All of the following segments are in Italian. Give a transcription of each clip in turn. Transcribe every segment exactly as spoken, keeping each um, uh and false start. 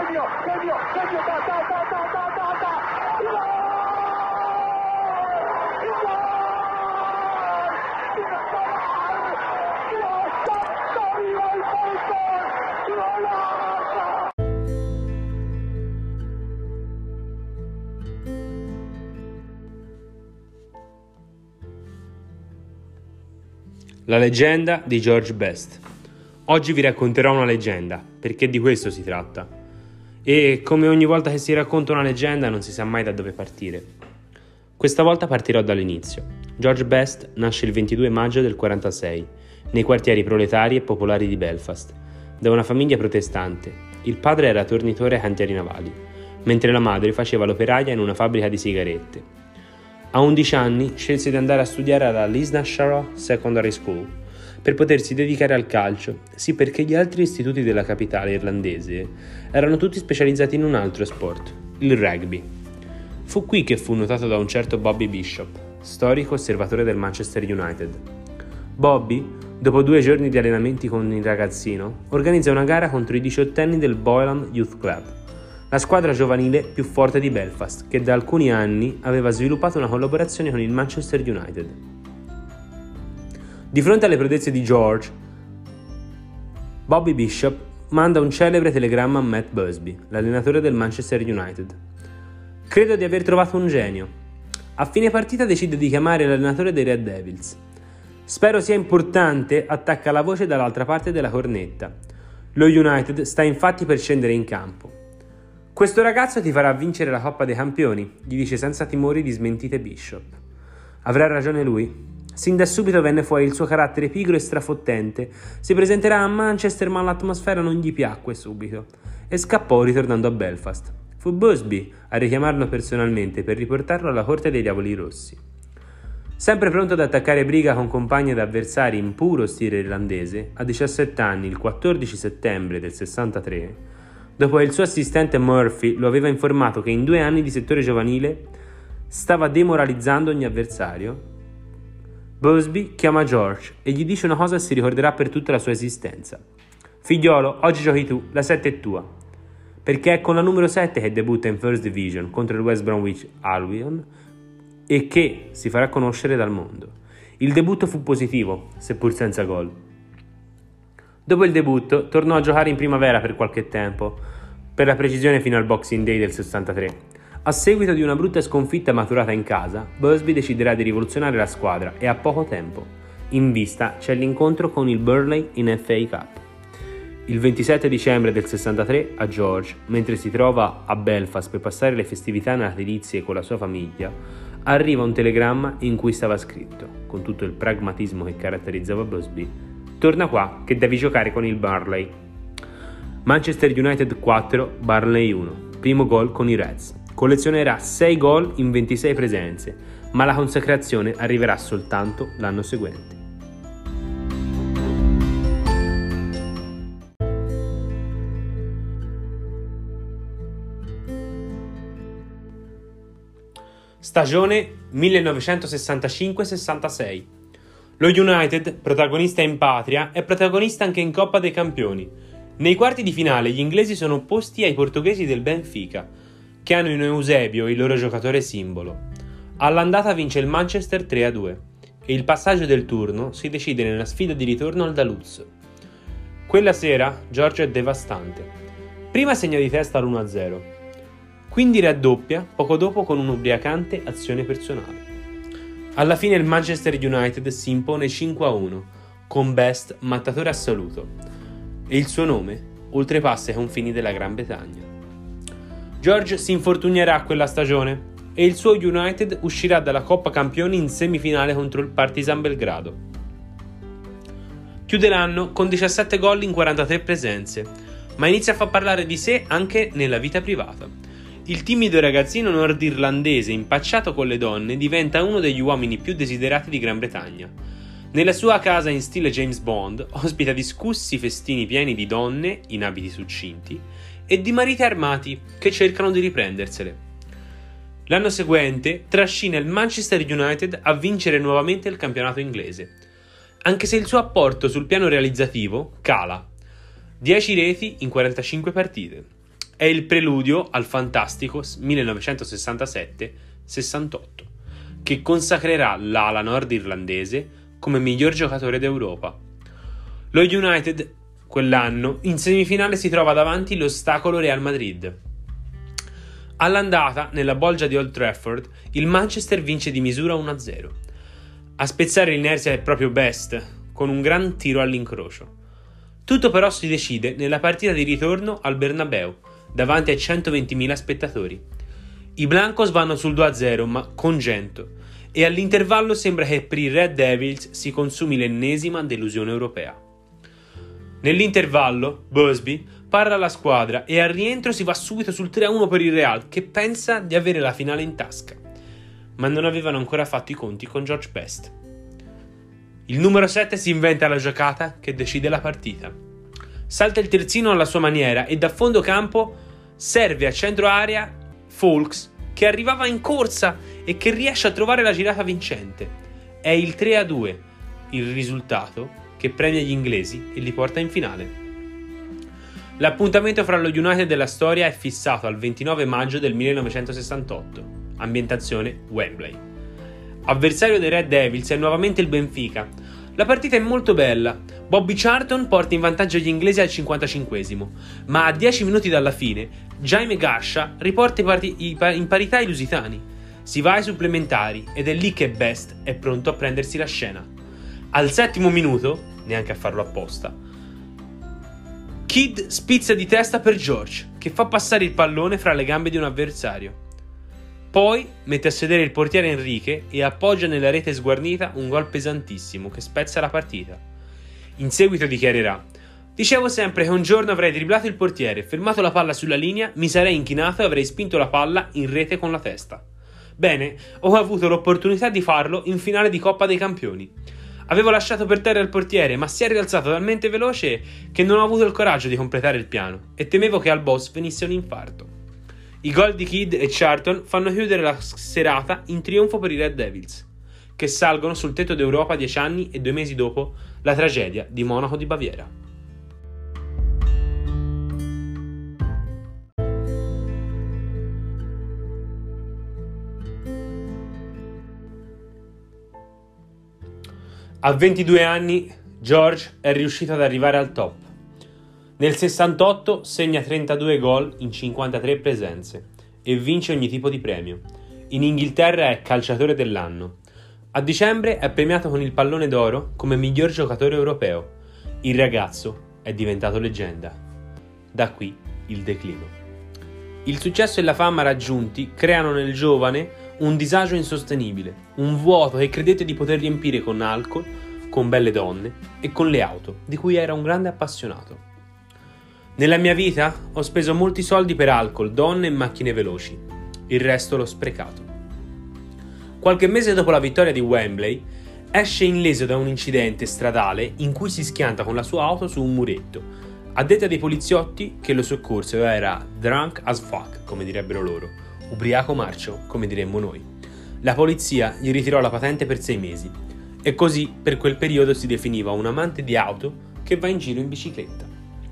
segno, segno, segno, ta, ta, ta, ta, ta, ta, ta. Il gol! Il gol! Il La leggenda di George Best. Oggi vi racconterò una leggenda, perché di questo si tratta. E come ogni volta che si racconta una leggenda non si sa mai da dove partire. Questa volta partirò dall'inizio. George Best nasce il ventidue maggio del quarantasei, nei quartieri proletari e popolari di Belfast, da una famiglia protestante. Il padre era tornitore ai cantieri navali, mentre la madre faceva l'operaia in una fabbrica di sigarette. A undici anni scelse di andare a studiare alla Lisnashara Secondary School per potersi dedicare al calcio, sì perché gli altri istituti della capitale irlandese erano tutti specializzati in un altro sport, il rugby. Fu qui che fu notato da un certo Bobby Bishop, storico osservatore del Manchester United. Bobby, dopo due giorni di allenamenti con il ragazzino, organizza una gara contro i diciottenni del Boylan Youth Club, la squadra giovanile più forte di Belfast, che da alcuni anni aveva sviluppato una collaborazione con il Manchester United. Di fronte alle prodezze di George, Bobby Bishop manda un celebre telegramma a Matt Busby, l'allenatore del Manchester United. Credo di aver trovato un genio. A fine partita decide di chiamare l'allenatore dei Red Devils. Spero sia importante, attacca la voce dall'altra parte della cornetta. Lo United sta infatti per scendere in campo. Questo ragazzo ti farà vincere la Coppa dei Campioni, gli dice senza timori di smentite Bishop. Avrà ragione lui. Sin da subito venne fuori il suo carattere pigro e strafottente. Si presenterà a Manchester ma l'atmosfera non gli piacque subito e scappò ritornando a Belfast. Fu Busby a richiamarlo personalmente per riportarlo alla corte dei Diavoli Rossi. Sempre pronto ad attaccare briga con compagni ed avversari in puro stile irlandese, a diciassette anni, il quattordici settembre del sessantatré, dopo che il suo assistente Murphy lo aveva informato che in due anni di settore giovanile stava demoralizzando ogni avversario, Busby chiama George e gli dice una cosa che si ricorderà per tutta la sua esistenza. Figliolo, oggi giochi tu, la sette è tua. Perché è con la numero sette che debutta in First Division contro il West Bromwich Albion e che si farà conoscere dal mondo. Il debutto fu positivo, seppur senza gol. Dopo il debutto tornò a giocare in primavera per qualche tempo, per la precisione fino al Boxing Day del sessantatré. A seguito di una brutta sconfitta maturata in casa, Busby deciderà di rivoluzionare la squadra e ha poco tempo. In vista c'è l'incontro con il Burnley in F A Cup. Il ventisette dicembre del sessantatré a George, mentre si trova a Belfast per passare le festività natalizie con la sua famiglia, arriva un telegramma in cui stava scritto, con tutto il pragmatismo che caratterizzava Busby: torna qua che devi giocare con il Burnley. Manchester United quattro, Burnley uno. Primo gol con i Reds. Collezionerà sei gol in ventisei presenze, ma la consacrazione arriverà soltanto l'anno seguente. Stagione millenovecentosessantacinque sessantasei. Lo United, protagonista in patria, è protagonista anche in Coppa dei Campioni. Nei quarti di finale gli inglesi sono opposti ai portoghesi del Benfica, che hanno in Eusebio il loro giocatore simbolo. All'andata vince il Manchester tre a due e il passaggio del turno si decide nella sfida di ritorno al Daluz. Quella sera George è devastante. Prima segna di testa all'uno a zero, quindi raddoppia poco dopo con un'ubriacante azione personale. Alla fine il Manchester United si impone cinque a uno, con Best mattatore assoluto, e il suo nome oltrepassa i confini della Gran Bretagna. George si infortunerà quella stagione e il suo United uscirà dalla Coppa Campioni in semifinale contro il Partizan Belgrado. Chiude l'anno con diciassette gol in quarantatré presenze, ma inizia a far parlare di sé anche nella vita privata. Il timido ragazzino nordirlandese impacciato con le donne diventa uno degli uomini più desiderati di Gran Bretagna. Nella sua casa in stile James Bond ospita discussi festini pieni di donne in abiti succinti e di mariti armati che cercano di riprendersele. L'anno seguente trascina il Manchester United a vincere nuovamente il campionato inglese, anche se il suo apporto sul piano realizzativo cala: dieci reti in quarantacinque partite. è il preludio al fantastico millenovecentosessantasette sessantotto, che consacrerà l'ala nord-irlandese come miglior giocatore d'Europa. Lo United quell'anno in semifinale si trova davanti l'ostacolo Real Madrid. All'andata, nella bolgia di Old Trafford, il Manchester vince di misura uno a zero. A spezzare l'inerzia è proprio Best, con un gran tiro all'incrocio. Tutto però si decide nella partita di ritorno al Bernabeu, davanti ai centoventimila spettatori. I Blancos vanno sul due a zero, ma con gento, e all'intervallo sembra che per i Red Devils si consumi l'ennesima delusione europea. Nell'intervallo, Busby parla alla squadra e al rientro si va subito sul tre a uno per il Real, che pensa di avere la finale in tasca. Ma non avevano ancora fatto i conti con George Best. Il numero sette si inventa la giocata che decide la partita. Salta il terzino alla sua maniera e da fondo campo serve a centro area Folks, che arrivava in corsa e che riesce a trovare la girata vincente. È il tre a due, il risultato che premia gli inglesi e li porta in finale. L'appuntamento fra lo United della storia è fissato al ventinove maggio del millenovecentosessantotto, ambientazione Wembley. Avversario dei Red Devils è nuovamente il Benfica. La partita è molto bella. Bobby Charlton porta in vantaggio gli inglesi al cinquantacinquesimo, ma a dieci minuti dalla fine Jaime Garcia riporta in parità i lusitani. Si va ai supplementari ed è lì che Best è pronto a prendersi la scena. Al settimo minuto, neanche a farlo apposta, Kidd spizza di testa per George, che fa passare il pallone fra le gambe di un avversario. Poi mette a sedere il portiere Enrique e appoggia nella rete sguarnita un gol pesantissimo che spezza la partita. In seguito dichiarerà: "Dicevo sempre che un giorno avrei dribblato il portiere, fermato la palla sulla linea, mi sarei inchinato e avrei spinto la palla in rete con la testa. Bene, ho avuto l'opportunità di farlo in finale di Coppa dei Campioni. Avevo lasciato per terra il portiere, ma si è rialzato talmente veloce che non ho avuto il coraggio di completare il piano e temevo che al boss venisse un infarto." I gol di Kidd e Charlton fanno chiudere la serata in trionfo per i Red Devils, che salgono sul tetto d'Europa dieci anni e due mesi dopo la tragedia di Monaco di Baviera. A ventidue anni George è riuscito ad arrivare al top. Nel sessantotto segna trentadue gol in cinquantatré presenze e vince ogni tipo di premio. In Inghilterra è calciatore dell'anno. A dicembre è premiato con il pallone d'oro come miglior giocatore europeo. Il ragazzo è diventato leggenda. Da qui il declino. Il successo e la fama raggiunti creano nel giovane un disagio insostenibile, un vuoto che credette di poter riempire con alcol, con belle donne e con le auto, di cui era un grande appassionato. Nella mia vita ho speso molti soldi per alcol, donne e macchine veloci. Il resto l'ho sprecato. Qualche mese dopo la vittoria di Wembley, esce illeso da un incidente stradale in cui si schianta con la sua auto su un muretto. A detta dei poliziotti che lo soccorsero era drunk as fuck, come direbbero loro, ubriaco marcio, come diremmo noi. La polizia gli ritirò la patente per sei mesi e così per quel periodo si definiva un amante di auto che va in giro in bicicletta.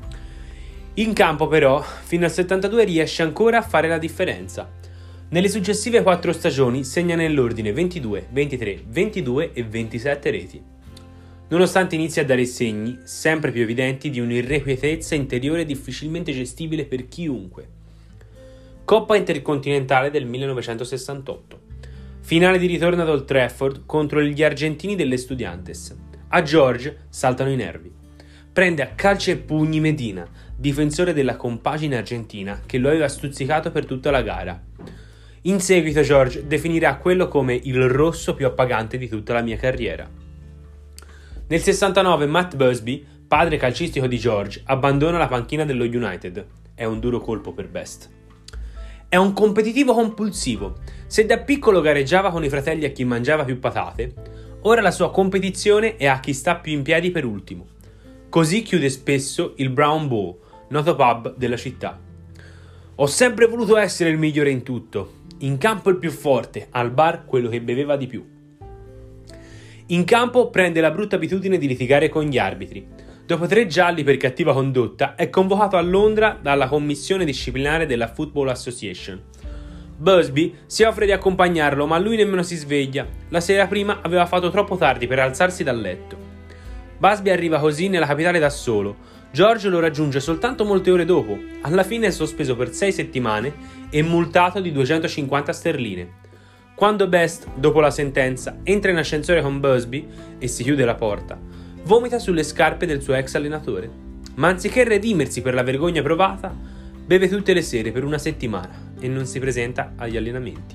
In campo però, fino al settantadue riesce ancora a fare la differenza. Nelle successive quattro stagioni segna nell'ordine ventidue, ventitré, ventidue e ventisette reti. Nonostante inizi a dare segni sempre più evidenti di un'irrequietezza interiore difficilmente gestibile per chiunque. Coppa Intercontinentale del millenovecentosessantotto. Finale di ritorno ad Old Trafford contro gli argentini dell'Estudiantes. A George saltano i nervi. Prende a calci e pugni Medina, difensore della compagine argentina, che lo aveva stuzzicato per tutta la gara. In seguito George definirà quello come il rosso più appagante di tutta la mia carriera. Nel sessantanove Matt Busby, padre calcistico di George, abbandona la panchina dello United. È un duro colpo per Best. È un competitivo compulsivo. Se da piccolo gareggiava con i fratelli a chi mangiava più patate, ora la sua competizione è a chi sta più in piedi per ultimo. Così chiude spesso il Brown Bow, noto pub della città. Ho sempre voluto essere il migliore in tutto. In campo il più forte, al bar quello che beveva di più. In campo prende la brutta abitudine di litigare con gli arbitri. Dopo tre gialli per cattiva condotta, è convocato a Londra dalla commissione disciplinare della Football Association. Busby si offre di accompagnarlo, ma lui nemmeno si sveglia. La sera prima aveva fatto troppo tardi per alzarsi dal letto. Busby arriva così nella capitale da solo. George lo raggiunge soltanto molte ore dopo. Alla fine è sospeso per sei settimane e multato di duecentocinquanta sterline. Quando Best, dopo la sentenza, entra in ascensore con Busby e si chiude la porta, vomita sulle scarpe del suo ex allenatore. Ma anziché redimersi per la vergogna provata, beve tutte le sere per una settimana e non si presenta agli allenamenti.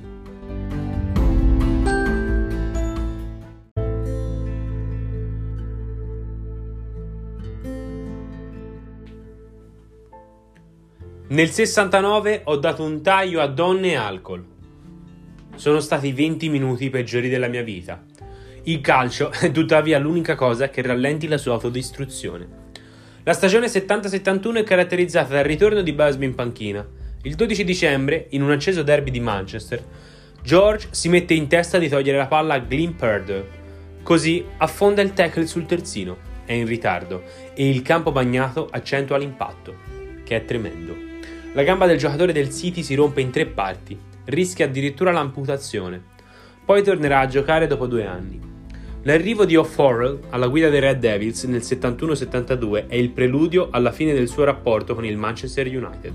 Nel sessantanove ho dato un taglio a donne e alcol. Sono stati venti minuti peggiori della mia vita. Il calcio è tuttavia l'unica cosa che rallenti la sua autodistruzione. La stagione settanta settantuno è caratterizzata dal ritorno di Busby in panchina. Il dodici dicembre, in un acceso derby di Manchester, George si mette in testa di togliere la palla a Glyn Purder. Così affonda il tackle sul terzino, è in ritardo e il campo bagnato accentua l'impatto, che è tremendo. La gamba del giocatore del City si rompe in tre parti, rischia addirittura l'amputazione. Poi tornerà a giocare dopo due anni. L'arrivo di O'Farrell alla guida dei Red Devils nel settantuno settantadue è il preludio alla fine del suo rapporto con il Manchester United.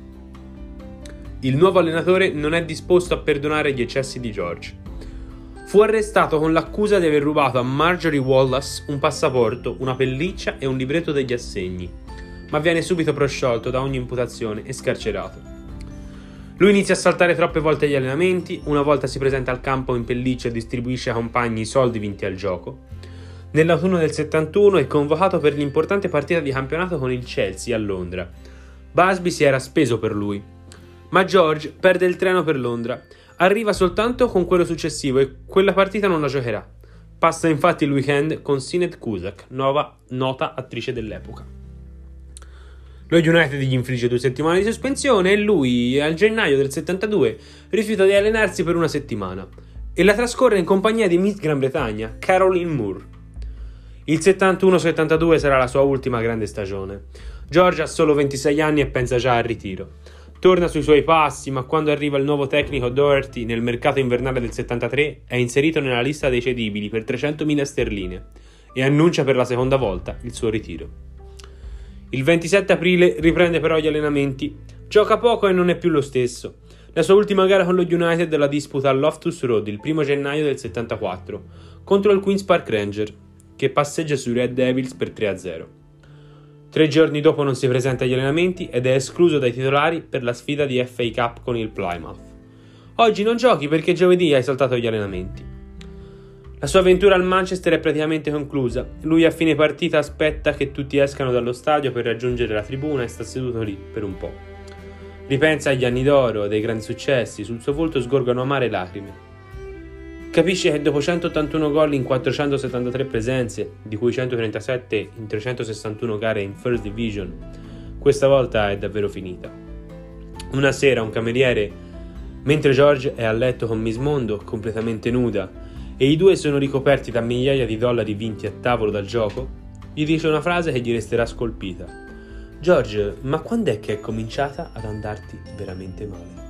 Il nuovo allenatore non è disposto a perdonare gli eccessi di George. Fu arrestato con l'accusa di aver rubato a Marjorie Wallace un passaporto, una pelliccia e un libretto degli assegni, ma viene subito prosciolto da ogni imputazione e scarcerato. Lui inizia a saltare troppe volte gli allenamenti, una volta si presenta al campo in pelliccia e distribuisce ai compagni i soldi vinti al gioco. Nell'autunno del settantuno è convocato per l'importante partita di campionato con il Chelsea a Londra. Busby si era speso per lui, ma George perde il treno per Londra. Arriva soltanto con quello successivo e quella partita non la giocherà. Passa infatti il weekend con Sinead Cusack, nuova nota attrice dell'epoca. Lo United gli infligge due settimane di sospensione e lui, al gennaio del settantadue, rifiuta di allenarsi per una settimana e la trascorre in compagnia di Miss Gran Bretagna, Caroline Moore. Il settantuno settantadue sarà la sua ultima grande stagione. George ha solo ventisei anni e pensa già al ritiro. Torna sui suoi passi, ma quando arriva il nuovo tecnico Doherty nel mercato invernale del settantatré è inserito nella lista dei cedibili per trecentomila sterline e annuncia per la seconda volta il suo ritiro. Il ventisette aprile riprende però gli allenamenti, gioca poco e non è più lo stesso. La sua ultima gara con lo United la disputa a Loftus Road il primo gennaio del settantaquattro contro il Queen's Park Ranger, che passeggia sui Red Devils per tre a zero. Tre giorni dopo non si presenta agli allenamenti ed è escluso dai titolari per la sfida di F A Cup con il Plymouth. Oggi non giochi perché giovedì hai saltato gli allenamenti. La sua avventura al Manchester è praticamente conclusa. Lui a fine partita aspetta che tutti escano dallo stadio per raggiungere la tribuna e sta seduto lì per un po'. Ripensa agli anni d'oro, dei grandi successi, sul suo volto sgorgano amare lacrime. Capisce che dopo centottantuno gol in quattrocentosettantatré presenze, di cui centotrentasette in trecentosessantuno gare in First Division, questa volta è davvero finita. Una sera un cameriere, mentre George è a letto con Miss Mondo, completamente nuda, e i due sono ricoperti da migliaia di dollari vinti a tavolo dal gioco, gli dice una frase che gli resterà scolpita. George, ma quando è che è cominciata ad andarti veramente male?